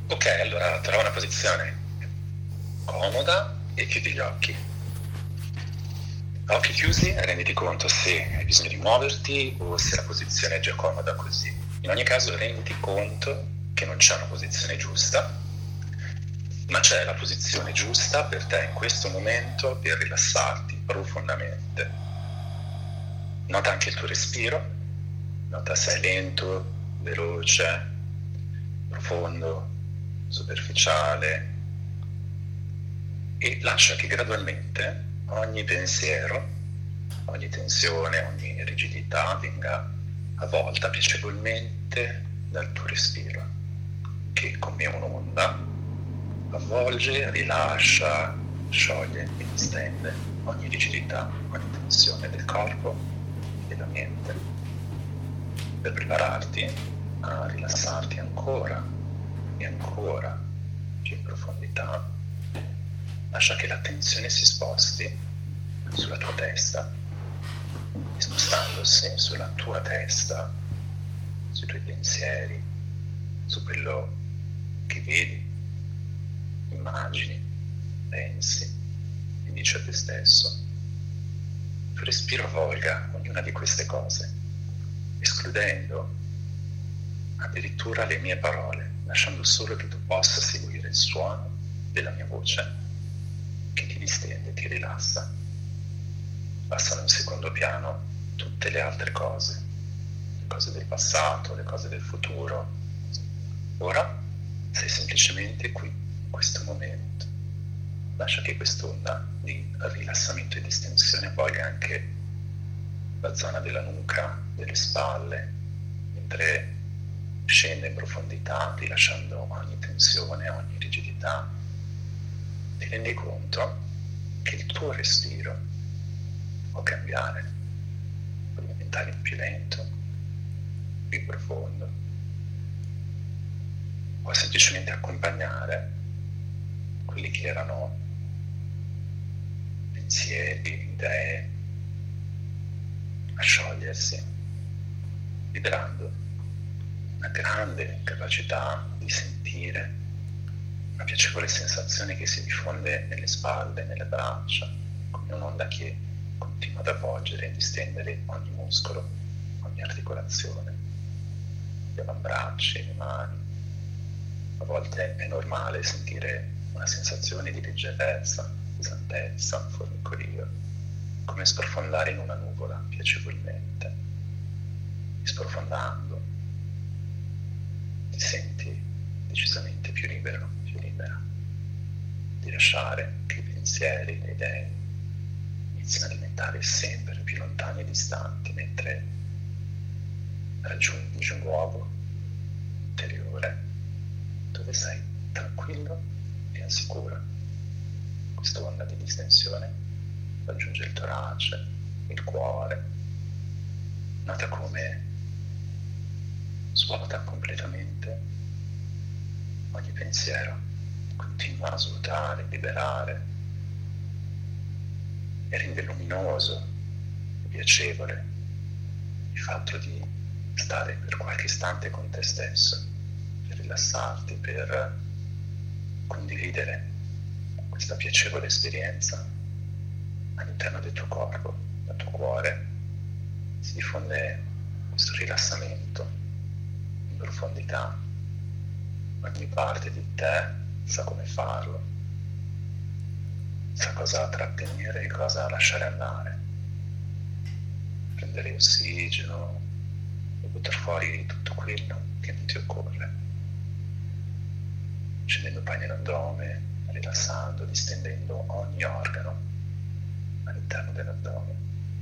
Ok, allora trova una posizione comoda e chiudi gli occhi. A occhi chiusi, renditi conto se hai bisogno di muoverti o se la posizione è già comoda così. In ogni caso, renditi conto che non c'è una posizione giusta, ma c'è la posizione giusta per te in questo momento per rilassarti profondamente. Nota anche il tuo respiro, nota se è lento, veloce, profondo, superficiale, e lascia che gradualmente ogni pensiero, ogni tensione, ogni rigidità venga avvolta piacevolmente dal tuo respiro, che come un'onda avvolge, rilascia, scioglie e distende ogni rigidità, ogni tensione del corpo e della mente, per prepararti a rilassarti ancora e ancora più in profondità. Lascia che l'attenzione si sposti sulla tua testa, e spostandosi sulla tua testa, sui tuoi pensieri, su quello che vedi, immagini, pensi e dici a te stesso. Il tuo respiro avvolga ognuna di queste cose, escludendo addirittura le mie parole, lasciando solo che tu possa seguire il suono della mia voce, che ti distende, ti rilassa. Passano in secondo piano tutte le altre cose, le cose del passato, le cose del futuro. Ora sei semplicemente qui, in questo momento. Lascia che quest'onda di rilassamento e distensione avvolga anche la zona della nuca, delle spalle, mentre scende in profondità, rilasciando ogni tensione, ogni rigidità. Ti rendi conto che il tuo respiro può cambiare, può diventare più lento, più profondo, può semplicemente accompagnare quelli che erano pensieri, idee, a sciogliersi, liberando una grande capacità di sentire, una piacevole sensazione che si diffonde nelle spalle, nelle braccia, come un'onda che continua ad avvolgere e distendere ogni muscolo, ogni articolazione, gli avambracci, le mani. A volte è normale sentire una sensazione di leggerezza, pesantezza, formicolio, come sprofondare in una nuvola piacevolmente. E sprofondando ti senti decisamente più libero, più libera, di lasciare che i pensieri, le idee iniziano a diventare sempre più lontani e distanti, mentre raggiungi un luogo interiore dove sei tranquillo e al sicuro. Questa onda di distensione raggiunge il torace, il cuore. Nota come svuota completamente ogni pensiero, continua a svuotare, liberare, e rende luminoso e piacevole il fatto di stare per qualche istante con te stesso, per rilassarti, per condividere questa piacevole esperienza all'interno del tuo corpo, del tuo cuore. Si diffonde questo rilassamento in profondità. Ogni parte di te sa come farlo, sa cosa trattenere e cosa lasciare andare. Prendere ossigeno e buttare fuori tutto quello che non ti occorre. Scendendo poi nell'addome, rilassando, distendendo ogni organo all'interno dell'addome,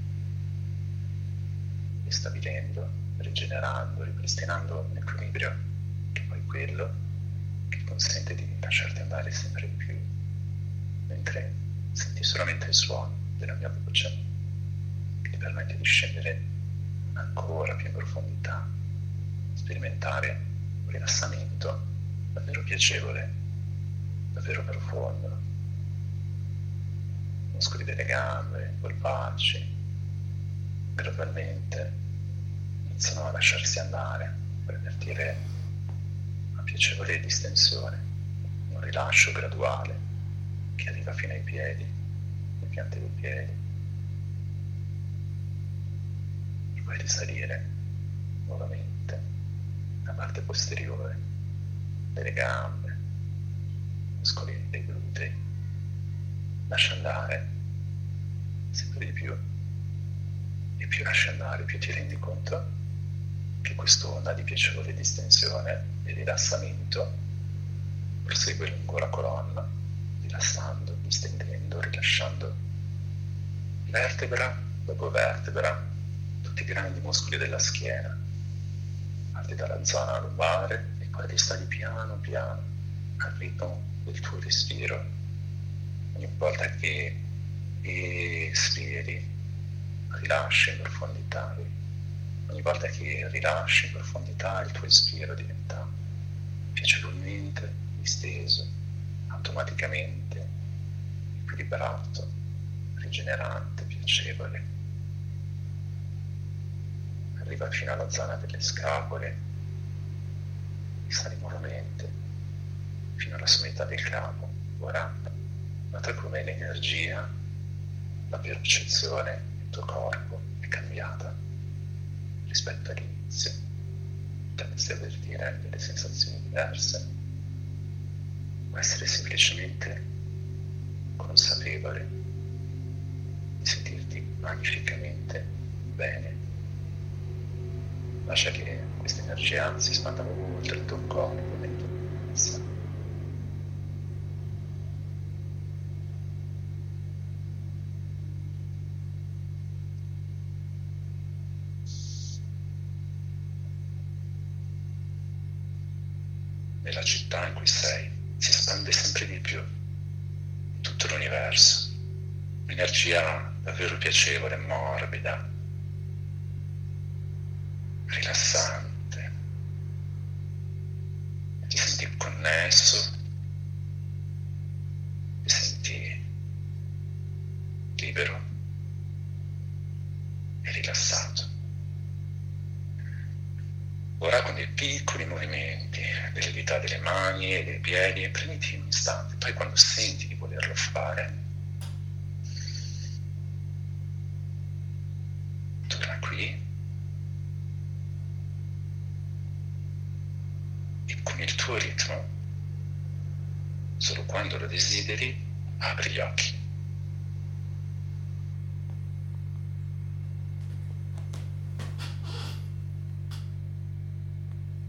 ristabilendo, rigenerando, ripristinando l'equilibrio, che poi è quello che consente di lasciarti andare sempre di più, mentre senti solamente il suono della mia voce, che ti permette di scendere ancora più in profondità, sperimentare un rilassamento davvero piacevole, davvero profondo. I muscoli delle gambe, i polpacci, gradualmente iniziano a lasciarsi andare, per partire piacevole distensione, un rilascio graduale che arriva fino ai piedi, le piante dei piedi. E poi risalire nuovamente la parte posteriore delle gambe, muscoli dei glutei. Lascia andare sempre di più, e più lasci andare, più ti rendi conto che quest'onda di piacevole distensione e rilassamento prosegue lungo la colonna, rilassando, distendendo, rilasciando vertebra dopo vertebra, tutti i grandi muscoli della schiena, parti dalla zona lombare e poi ristagli piano piano al ritmo del tuo respiro. Ogni volta che espiri, rilasci in profondità. Ogni volta che rilasci in profondità, il tuo respiro diventa piacevolmente disteso, automaticamente equilibrato, rigenerante, piacevole. Arriva fino alla zona delle scapole, sali nuovamente fino alla sommità del capo. Ora nota come l'energia, la percezione del tuo corpo è cambiata rispetto all'inizio. Potresti avvertire delle sensazioni diverse. Può essere semplicemente consapevole di sentirti magnificamente bene. Lascia che questa energia si spanda oltre il tuo corpo, nel tuo pensiero. Nella città in cui sei si espande sempre di più in tutto l'universo, un'energia davvero piacevole, morbida, rilassante. Ti senti connesso, ti senti libero e rilassato. Ora con dei piccoli movimenti delle dita delle mani e dei piedi, prenditi un istante, poi quando senti di volerlo fare, torna qui e con il tuo ritmo, solo quando lo desideri, apri gli occhi.